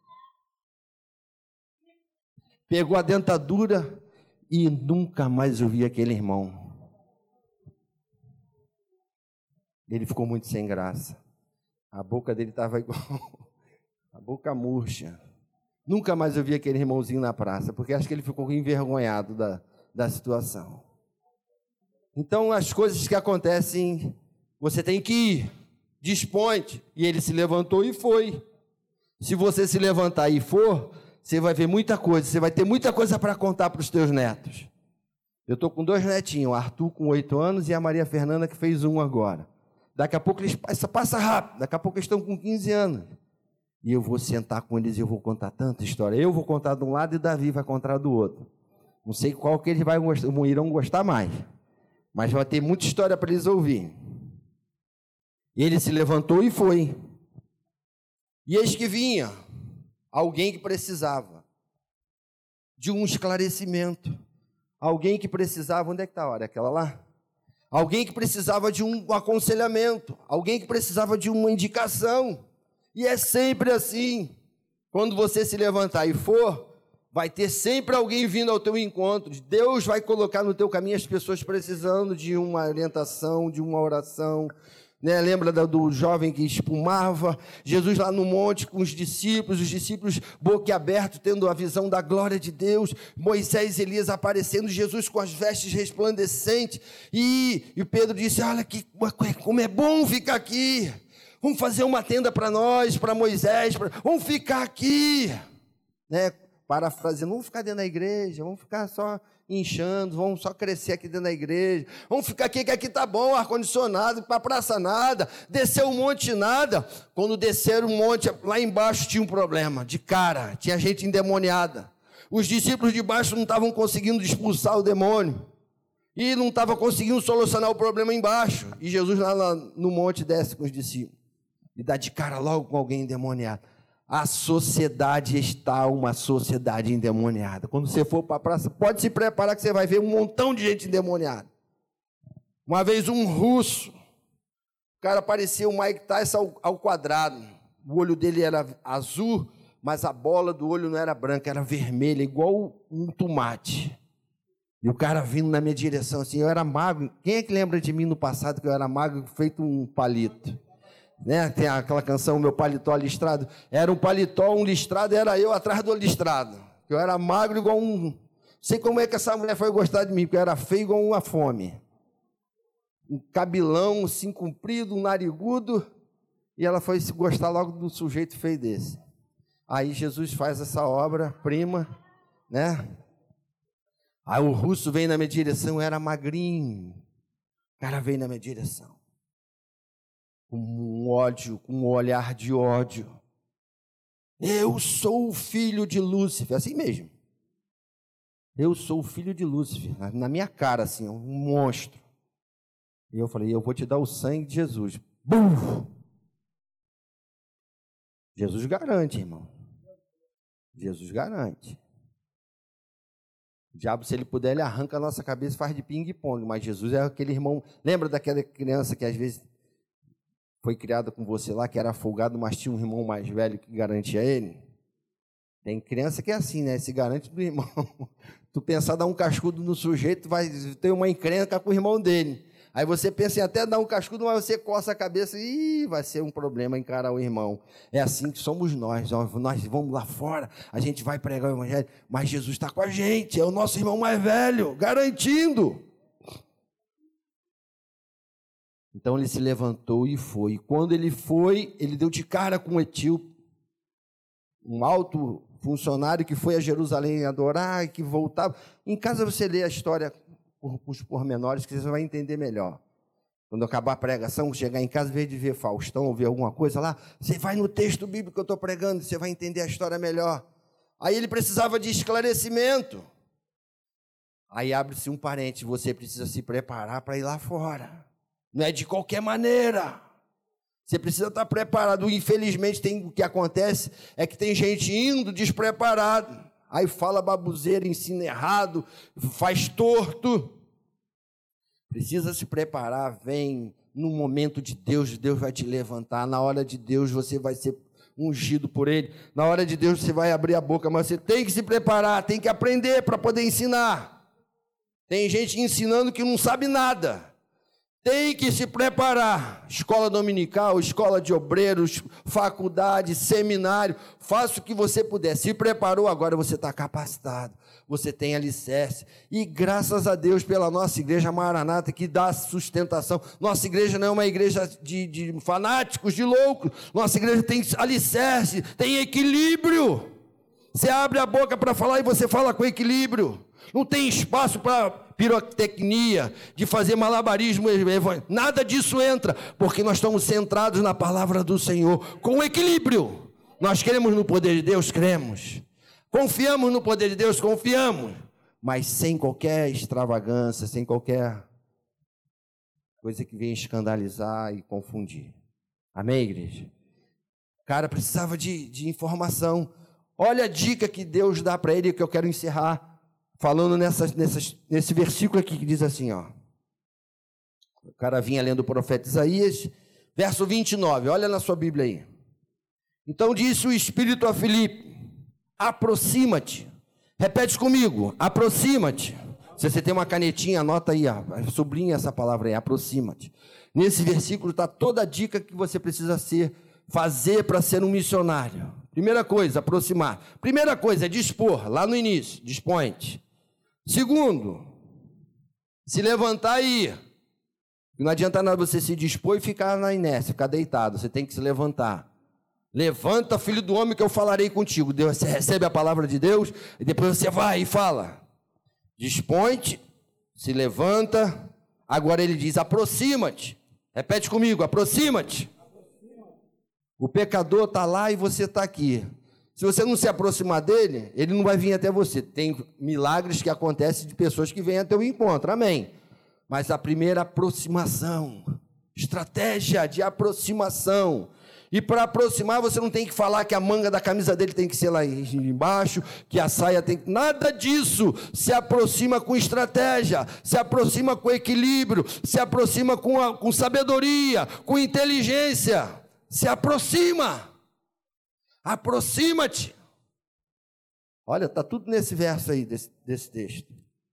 Pegou a dentadura e nunca mais eu vi aquele irmão. Ele ficou muito sem graça. A boca dele estava igual a boca murcha. Nunca mais eu vi aquele irmãozinho na praça, porque acho que ele ficou envergonhado da situação. Então, as coisas que acontecem, você tem que ir, dispõe. E ele se levantou e foi. Se você se levantar e for, você vai ver muita coisa, você vai ter muita coisa para contar para os teus netos. Eu estou com 2 netinhos, o Arthur com 8 anos e a Maria Fernanda que fez 1 agora. Daqui a pouco eles passa rápido, daqui a pouco eles estão com 15 anos. E eu vou sentar com eles e eu vou contar tanta história. Eu vou contar de um lado e o Davi vai contar do outro. Não sei qual que eles irão gostar mais, mas vai ter muita história para eles ouvirem. E ele se levantou e foi. E eis que vinha alguém que precisava de um esclarecimento. Alguém que precisava, onde é que está a hora? Aquela lá? Alguém que precisava de um aconselhamento. Alguém que precisava de uma indicação. E é sempre assim. Quando você se levantar e for, vai ter sempre alguém vindo ao teu encontro. Deus vai colocar no teu caminho as pessoas precisando de uma orientação, de uma oração. Lembra do jovem que espumava? Jesus lá no monte com os discípulos boquiabertos, tendo a visão da glória de Deus. Moisés e Elias aparecendo, Jesus com as vestes resplandecentes. E Pedro disse, olha como é bom ficar aqui. Vamos fazer uma tenda para nós, para Moisés, vamos ficar aqui. Parafraseando, vamos ficar dentro da igreja, vamos ficar só inchando, vamos só crescer aqui dentro da igreja, vamos ficar aqui, que aqui está bom, ar-condicionado, para a praça nada, descer um monte nada. Quando desceram um monte, lá embaixo tinha um problema, de cara, tinha gente endemoniada. Os discípulos de baixo não estavam conseguindo expulsar o demônio, e não estavam conseguindo solucionar o problema embaixo. E Jesus lá no monte desce com os discípulos, e dá de cara logo com alguém endemoniado. A sociedade está uma sociedade endemoniada. Quando você for para a praça, pode se preparar que você vai ver um montão de gente endemoniada. Uma vez um russo, o cara parecia o Mike Tyson ao quadrado. O olho dele era azul, mas a bola do olho não era branca, era vermelha, igual um tomate. E o cara vindo na minha direção assim, eu era magro. Quem é que lembra de mim no passado que eu era magro, feito um palito? Tem aquela canção, meu paletó listrado. Era um paletó, um listrado, era eu atrás do listrado. Eu era magro igual um... Não sei como é que essa mulher foi gostar de mim, porque eu era feio igual uma fome. Um cabelão, assim, comprido, um narigudo. E ela foi gostar logo do sujeito feio desse. Aí Jesus faz essa obra-prima, Aí o russo vem na minha direção, eu era magrinho. O cara veio na minha direção. Com um ódio, com um olhar de ódio. Eu sou o filho de Lúcifer, assim mesmo. Eu sou o filho de Lúcifer, na minha cara, assim, um monstro. E eu falei, eu vou te dar o sangue de Jesus. Bum! Jesus garante, irmão. Jesus garante. O diabo, se ele puder, ele arranca a nossa cabeça e faz de pingue-pongue. Mas Jesus é aquele irmão... Lembra daquela criança que às vezes... foi criada com você lá, que era folgado, mas tinha um irmão mais velho que garantia ele? Tem criança que é assim, se garante do irmão. Tu pensar dar um cascudo no sujeito, vai ter uma encrenca com o irmão dele. Aí você pensa em até dar um cascudo, mas você coça a cabeça e vai ser um problema encarar o irmão. É assim que somos nós. Nós vamos lá fora, a gente vai pregar o evangelho, mas Jesus está com a gente, é o nosso irmão mais velho, garantindo. Então ele se levantou e foi. E quando ele foi, ele deu de cara com um etíope, um alto funcionário que foi a Jerusalém adorar e que voltava. Em casa você lê a história com os pormenores que você vai entender melhor. Quando acabar a pregação, chegar em casa, em vez de ver Faustão ou ver alguma coisa lá, você vai no texto bíblico que eu estou pregando, você vai entender a história melhor. Aí ele precisava de esclarecimento. Aí abre-se um parênteses, você precisa se preparar para ir lá fora. Não é de qualquer maneira. Você precisa estar preparado. Infelizmente, o que acontece é que tem gente indo despreparado. Aí fala baboseira, ensina errado, faz torto. Precisa se preparar, vem no momento de Deus, Deus vai te levantar, na hora de Deus você vai ser ungido por Ele, na hora de Deus você vai abrir a boca, mas você tem que se preparar, tem que aprender para poder ensinar. Tem gente ensinando que não sabe nada. Tem que se preparar. Escola dominical, escola de obreiros, faculdade, seminário. Faça o que você puder. Se preparou, agora você está capacitado. Você tem alicerce. E graças a Deus pela nossa igreja Maranata, que dá sustentação. Nossa igreja não é uma igreja de fanáticos, de loucos. Nossa igreja tem alicerce, tem equilíbrio. Você abre a boca para falar e você fala com equilíbrio. Não tem espaço para pirotecnia, de fazer malabarismo, nada disso entra, porque nós estamos centrados na palavra do Senhor, com equilíbrio. Nós cremos no poder de Deus, cremos. Confiamos no poder de Deus, confiamos. Mas sem qualquer extravagância, sem qualquer coisa que venha escandalizar e confundir. Amém, igreja? O cara precisava de informação. Olha a dica que Deus dá para ele, que eu quero encerrar falando nesse versículo aqui, que diz assim, ó. O cara vinha lendo o profeta Isaías, verso 29, olha na sua Bíblia aí. Então disse o Espírito a Filipe, aproxima-te. Repete comigo, aproxima-te. Se você tem uma canetinha, anota aí, ó, sublinha essa palavra aí, aproxima-te. Nesse versículo está toda a dica que você precisa fazer para ser um missionário. Primeira coisa, aproximar. Primeira coisa é dispor, lá no início, dispõe-te. Segundo, se levantar e ir. Não adianta nada você se dispor e ficar na inércia, ficar deitado. Você tem que se levantar. Levanta, filho do homem, que eu falarei contigo. Deus, você recebe a palavra de Deus e depois você vai e fala. Dispõe-te, se levanta. Agora ele diz, aproxima-te. Repete comigo, aproxima-te. O pecador está lá e você está aqui. Se você não se aproximar dele, ele não vai vir até você. Tem milagres que acontecem de pessoas que vêm até o encontro, amém. Mas a primeira aproximação, estratégia de aproximação. E para aproximar, você não tem que falar que a manga da camisa dele tem que ser lá embaixo, que a saia tem que... Nada disso. Se aproxima com estratégia, se aproxima com equilíbrio, se aproxima com sabedoria, com inteligência. Se aproxima. Aproxima-te. Olha, está tudo nesse verso aí, desse texto.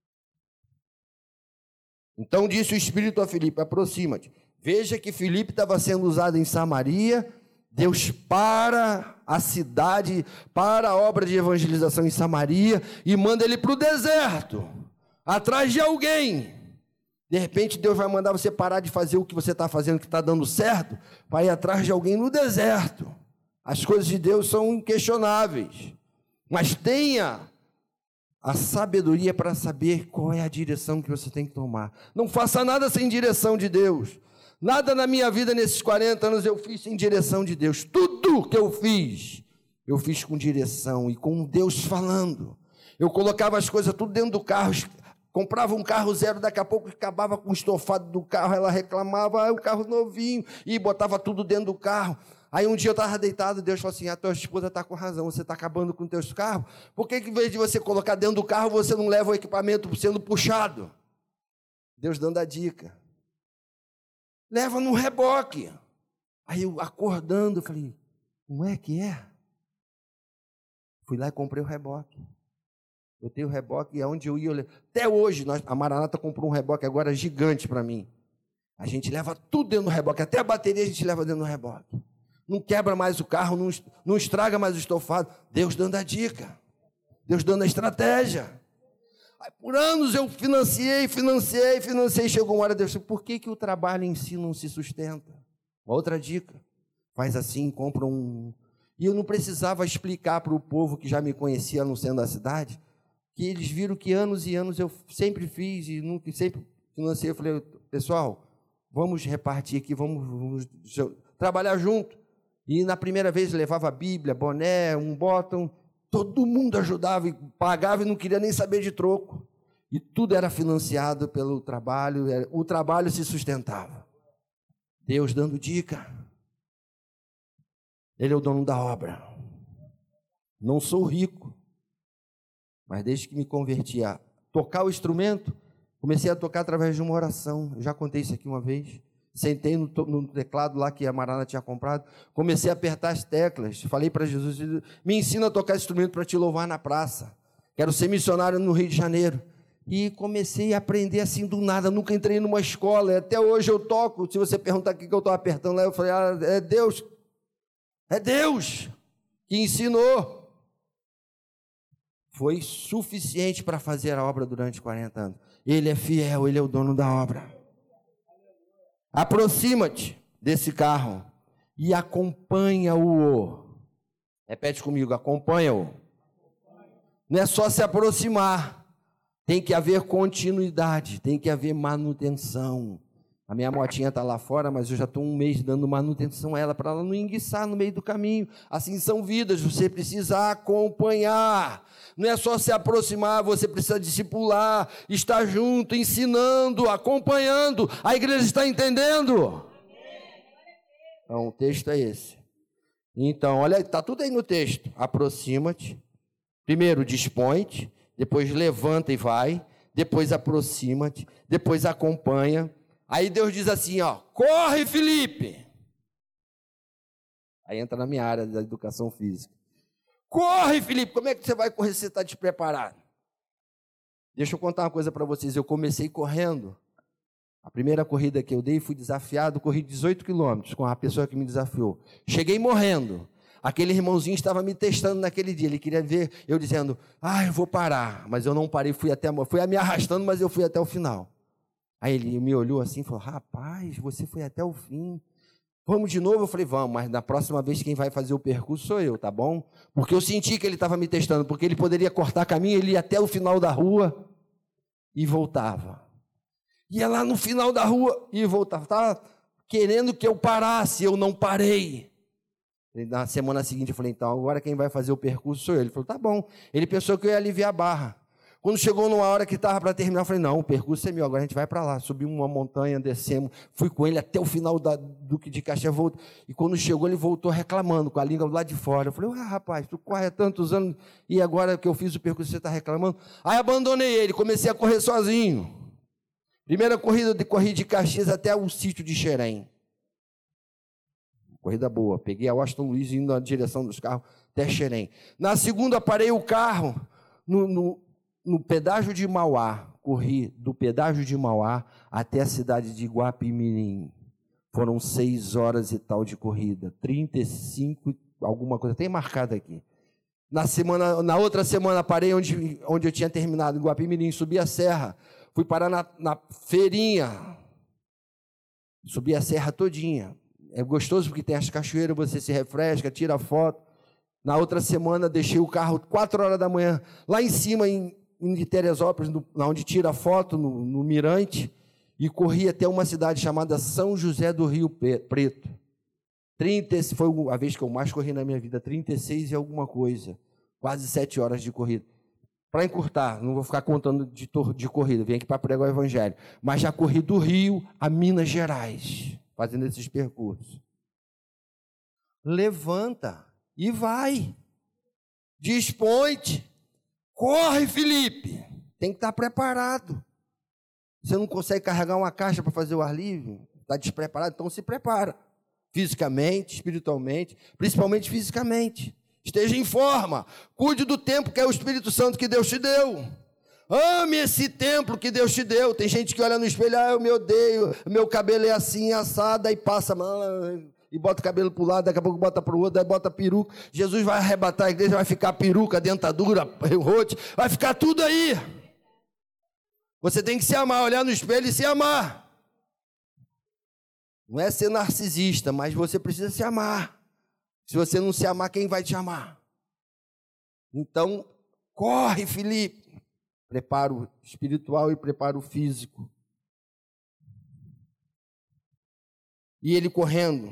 Então disse o Espírito a Filipe, aproxima-te. Veja que Filipe estava sendo usado em Samaria. Deus para a cidade, para a obra de evangelização em Samaria e manda ele para o deserto, atrás de alguém. De repente Deus vai mandar você parar de fazer o que você está fazendo, que está dando certo, para ir atrás de alguém no deserto. As coisas de Deus são inquestionáveis, mas tenha a sabedoria para saber qual é a direção que você tem que tomar. Não faça nada sem direção de Deus. Nada na minha vida nesses 40 anos eu fiz sem direção de Deus. Tudo que eu fiz com direção e com Deus falando. Eu colocava as coisas tudo dentro do carro, comprava um carro zero, daqui a pouco acabava com o estofado do carro, ela reclamava, o carro novinho, e botava tudo dentro do carro. Aí um dia eu estava deitado, Deus falou assim, a tua esposa está com razão, você está acabando com os teus carros, por que em vez de você colocar dentro do carro, você não leva o equipamento sendo puxado? Deus dando a dica. Leva no reboque. Aí eu acordando, falei, não é que é? Fui lá e comprei o reboque. Eu tenho o reboque e aonde eu ia, até hoje, a Maranata comprou um reboque agora gigante para mim. A gente leva tudo dentro do reboque, até a bateria a gente leva dentro do reboque. Não quebra mais o carro, não estraga mais o estofado. Deus dando a dica. Deus dando a estratégia. Aí, por anos eu financiei. Chegou uma hora, Deus disse, por que o trabalho em si não se sustenta? Outra dica. Faz assim, compra um... E eu não precisava explicar para o povo que já me conhecia no centro da cidade, que eles viram que anos e anos eu sempre fiz e nunca, sempre financiei. Eu falei, pessoal, vamos repartir aqui, vamos trabalhar junto. E na primeira vez levava a Bíblia, boné, um botão, todo mundo ajudava e pagava e não queria nem saber de troco. E tudo era financiado pelo trabalho, o trabalho se sustentava. Deus dando dica. Ele é o dono da obra. Não sou rico, mas desde que me converti a tocar o instrumento, Comecei a tocar através de uma oração. Eu já contei isso aqui uma vez. Sentei no teclado lá que a Marana tinha comprado. Comecei a apertar as teclas. Falei para Jesus, me ensina a tocar instrumento para te louvar na praça. Quero ser missionário no Rio de Janeiro. E comecei a aprender assim do nada. Nunca entrei numa escola. Até hoje eu toco. Se você perguntar o que eu estou apertando lá, eu falei, é Deus. É Deus que ensinou. Foi suficiente para fazer a obra durante 40 anos. Ele é fiel, Ele é o dono da obra. Aproxima-te desse carro e acompanha-o. Repete comigo, acompanha-o. Não é só se aproximar, tem que haver continuidade, tem que haver manutenção. A minha motinha está lá fora, mas eu já estou um mês dando manutenção a ela, para ela não enguiçar no meio do caminho. Assim são vidas, você precisa acompanhar. Não é só se aproximar, você precisa discipular, estar junto, ensinando, acompanhando. A igreja está entendendo? Então, o texto é esse. Então, olha, está tudo aí no texto. Aproxima-te. Primeiro, dispõe-te. Depois, levanta e vai. Depois, aproxima-te. Depois, acompanha. Aí Deus diz assim, ó, corre, Felipe. Aí entra na minha área da educação física. Corre, Felipe, como é que você vai correr se você está despreparado? Deixa eu contar uma coisa para vocês, eu comecei correndo. A primeira corrida que eu dei, fui desafiado, corri 18 quilômetros com a pessoa que me desafiou. Cheguei morrendo. Aquele irmãozinho estava me testando naquele dia, ele queria ver eu dizendo, eu vou parar. Mas eu não parei, fui me arrastando, mas eu fui até o final. Aí ele me olhou assim e falou, rapaz, você foi até o fim. Vamos de novo? Eu falei, vamos, mas na próxima vez quem vai fazer o percurso sou eu, tá bom? Porque eu senti que ele estava me testando, porque ele poderia cortar caminho, ele ia até o final da rua e voltava. Ia lá no final da rua e voltava. Estava querendo que eu parasse, eu não parei. Na semana seguinte eu falei, então agora quem vai fazer o percurso sou eu. Ele falou, tá bom. Ele pensou que eu ia aliviar a barra. Quando chegou numa hora que estava para terminar, eu falei, não, o percurso é meu, agora a gente vai para lá. Subimos uma montanha, descemos, fui com ele até o final da Duque de Caxias, e quando chegou ele voltou reclamando, com a língua lá de fora. Eu falei, rapaz, tu corre há tantos anos, e agora que eu fiz o percurso você está reclamando? Aí abandonei ele, comecei a correr sozinho. Primeira corrida, corri de Caxias até o sítio de Xerém. Corrida boa, peguei a Washington Luiz indo na direção dos carros até Xerém. Na segunda, parei o carro no pedágio de Mauá, corri do pedágio de Mauá até a cidade de Guapimirim. Foram 6 horas e tal de corrida, 35, alguma coisa, tem marcado aqui. Na outra semana, parei onde eu tinha terminado, em Guapimirim, subi a serra, fui parar na feirinha, subi a serra todinha. É gostoso porque tem as cachoeiras, você se refresca, tira foto. Na outra semana, deixei o carro 4 horas da manhã, lá em cima, em Teresópolis, onde tira foto, no Mirante, e corri até uma cidade chamada São José do Rio Preto. Foi a vez que eu mais corri na minha vida, 36 e alguma coisa, quase 7 horas de corrida. Para encurtar, não vou ficar contando de corrida, vim aqui para pregar o Evangelho, mas já corri do Rio a Minas Gerais, fazendo esses percursos. Levanta e vai, dispõe-te. Corre, Felipe, tem que estar preparado. Você não consegue carregar uma caixa para fazer o ar livre? Está despreparado? Então se prepara. Fisicamente, espiritualmente, principalmente fisicamente. Esteja em forma. Cuide do tempo que é o Espírito Santo que Deus te deu. Ame esse templo que Deus te deu. Tem gente que olha no espelho, eu me odeio, meu cabelo é assim, assado, aí passa, e bota o cabelo para o lado, daqui a pouco bota para o outro, aí bota peruca. Jesus vai arrebatar a igreja, vai ficar peruca, dentadura, rote, vai ficar tudo aí. Você tem que se amar, olhar no espelho e se amar. Não é ser narcisista, mas você precisa se amar. Se você não se amar, quem vai te amar? Então, corre, Felipe. Preparo espiritual e preparo físico. E ele correndo.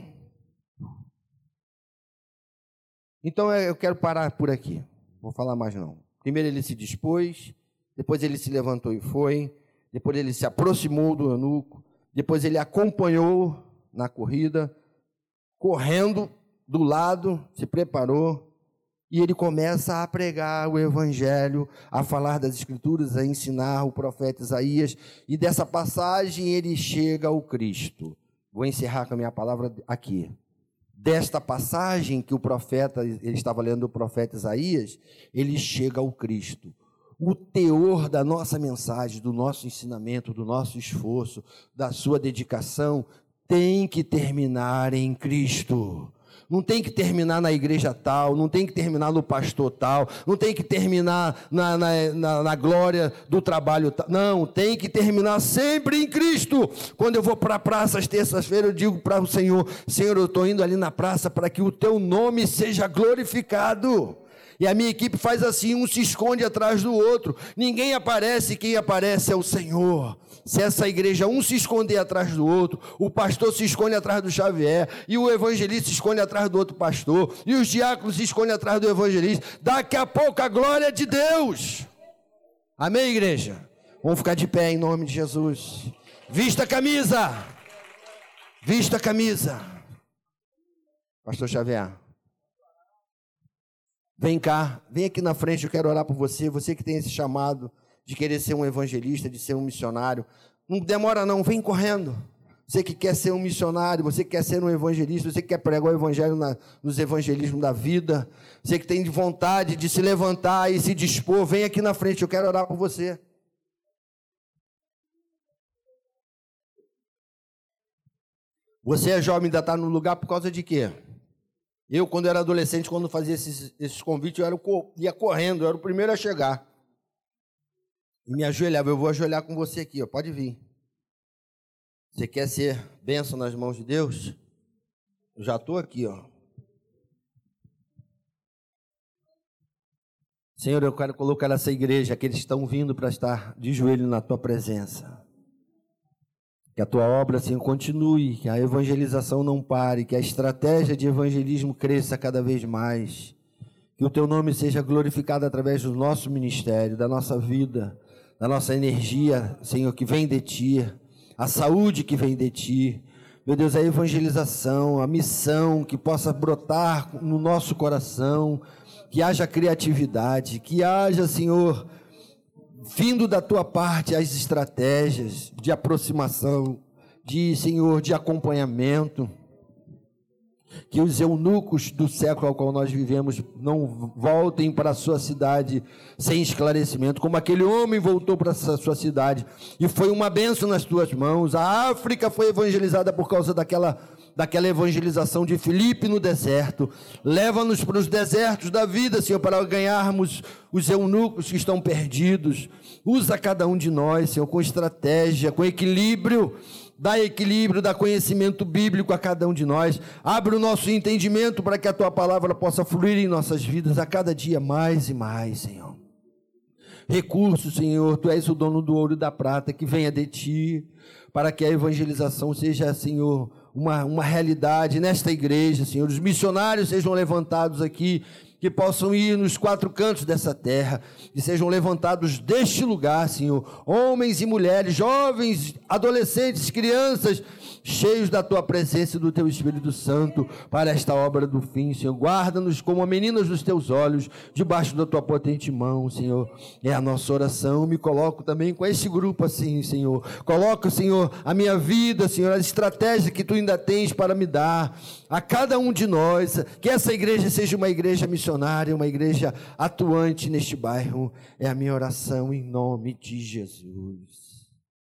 Então eu quero parar por aqui. Não vou falar mais não. Primeiro ele se dispôs, depois ele se levantou e foi, depois ele se aproximou do eunuco, depois ele acompanhou na corrida, correndo do lado, se preparou, E ele começa a pregar o evangelho, a falar das escrituras, a ensinar o profeta Isaías, e dessa passagem ele chega ao Cristo. Vou encerrar com a minha palavra aqui. Desta passagem que o profeta, ele estava lendo o profeta Isaías, ele chega ao Cristo. O teor da nossa mensagem, do nosso ensinamento, do nosso esforço, da sua dedicação, tem que terminar em Cristo. Não tem que terminar na igreja tal, não tem que terminar no pastor tal, não tem que terminar na glória do trabalho tal. Não, tem que terminar sempre em Cristo. Quando eu vou para a praça às terças-feiras, eu digo para o Senhor: Senhor, eu estou indo ali na praça para que o teu nome seja glorificado. E a minha equipe faz assim, um se esconde atrás do outro. Ninguém aparece, quem aparece é o Senhor. Se essa igreja, um se esconder atrás do outro, o pastor se esconde atrás do Xavier, e o evangelista se esconde atrás do outro pastor, e os diáconos se escondem atrás do evangelista, daqui a pouco a glória é de Deus. Amém, igreja? Vamos ficar de pé em nome de Jesus. Vista a camisa. Vista a camisa. Pastor Xavier, vem cá, vem aqui na frente, eu quero orar por você, você que tem esse chamado de querer ser um evangelista, de ser um missionário. Não demora não, vem correndo. Você que quer ser um missionário, você que quer ser um evangelista, você que quer pregar o evangelho nos evangelismos da vida, você que tem vontade de se levantar e se dispor, vem aqui na frente, eu quero orar por você. Você é jovem, ainda está no lugar por causa de quê? Eu, quando era adolescente, quando fazia esses convites, ia correndo, eu era o primeiro a chegar. E me ajoelhava. Eu vou ajoelhar com você aqui, ó, pode vir. Você quer ser bênção nas mãos de Deus? Eu já estou aqui, ó. Senhor, eu quero colocar essa igreja, aqueles que estão vindo para estar de joelho na tua presença. Que a tua obra, Senhor, continue, que a evangelização não pare, que a estratégia de evangelismo cresça cada vez mais, que o teu nome seja glorificado através do nosso ministério, da nossa vida, da nossa energia, Senhor, que vem de ti, a saúde que vem de ti, meu Deus, a evangelização, a missão que possa brotar no nosso coração, que haja criatividade, que haja, Senhor, vindo da tua parte as estratégias de aproximação, Senhor, de acompanhamento, que os eunucos do século ao qual nós vivemos não voltem para a sua cidade sem esclarecimento, como aquele homem voltou para a sua cidade e foi uma bênção nas tuas mãos. A África foi evangelizada por causa daquela evangelização de Filipe no deserto. Leva-nos para os desertos da vida, Senhor, para ganharmos os eunucos que estão perdidos. Usa cada um de nós, Senhor, com estratégia, com equilíbrio. Dá equilíbrio, dá conhecimento bíblico a cada um de nós. Abre o nosso entendimento para que a tua palavra possa fluir em nossas vidas a cada dia mais e mais, Senhor. Recursos, Senhor, tu és o dono do ouro e da prata, que venha de ti, para que a evangelização seja, Senhor, uma realidade nesta igreja, Senhor. Os missionários sejam levantados aqui, que possam ir nos quatro cantos dessa terra, que sejam levantados deste lugar, Senhor, homens e mulheres, jovens, adolescentes, crianças, cheios da tua presença e do teu Espírito Santo, para esta obra do fim, Senhor. Guarda-nos como meninas dos teus olhos, debaixo da tua potente mão, Senhor. É a nossa oração. Me coloco também com esse grupo assim, Senhor. Coloca, Senhor, a minha vida, Senhor, a estratégia que tu ainda tens para me dar a cada um de nós, que essa igreja seja uma igreja missionária, uma igreja atuante neste bairro. É a minha oração em nome de Jesus.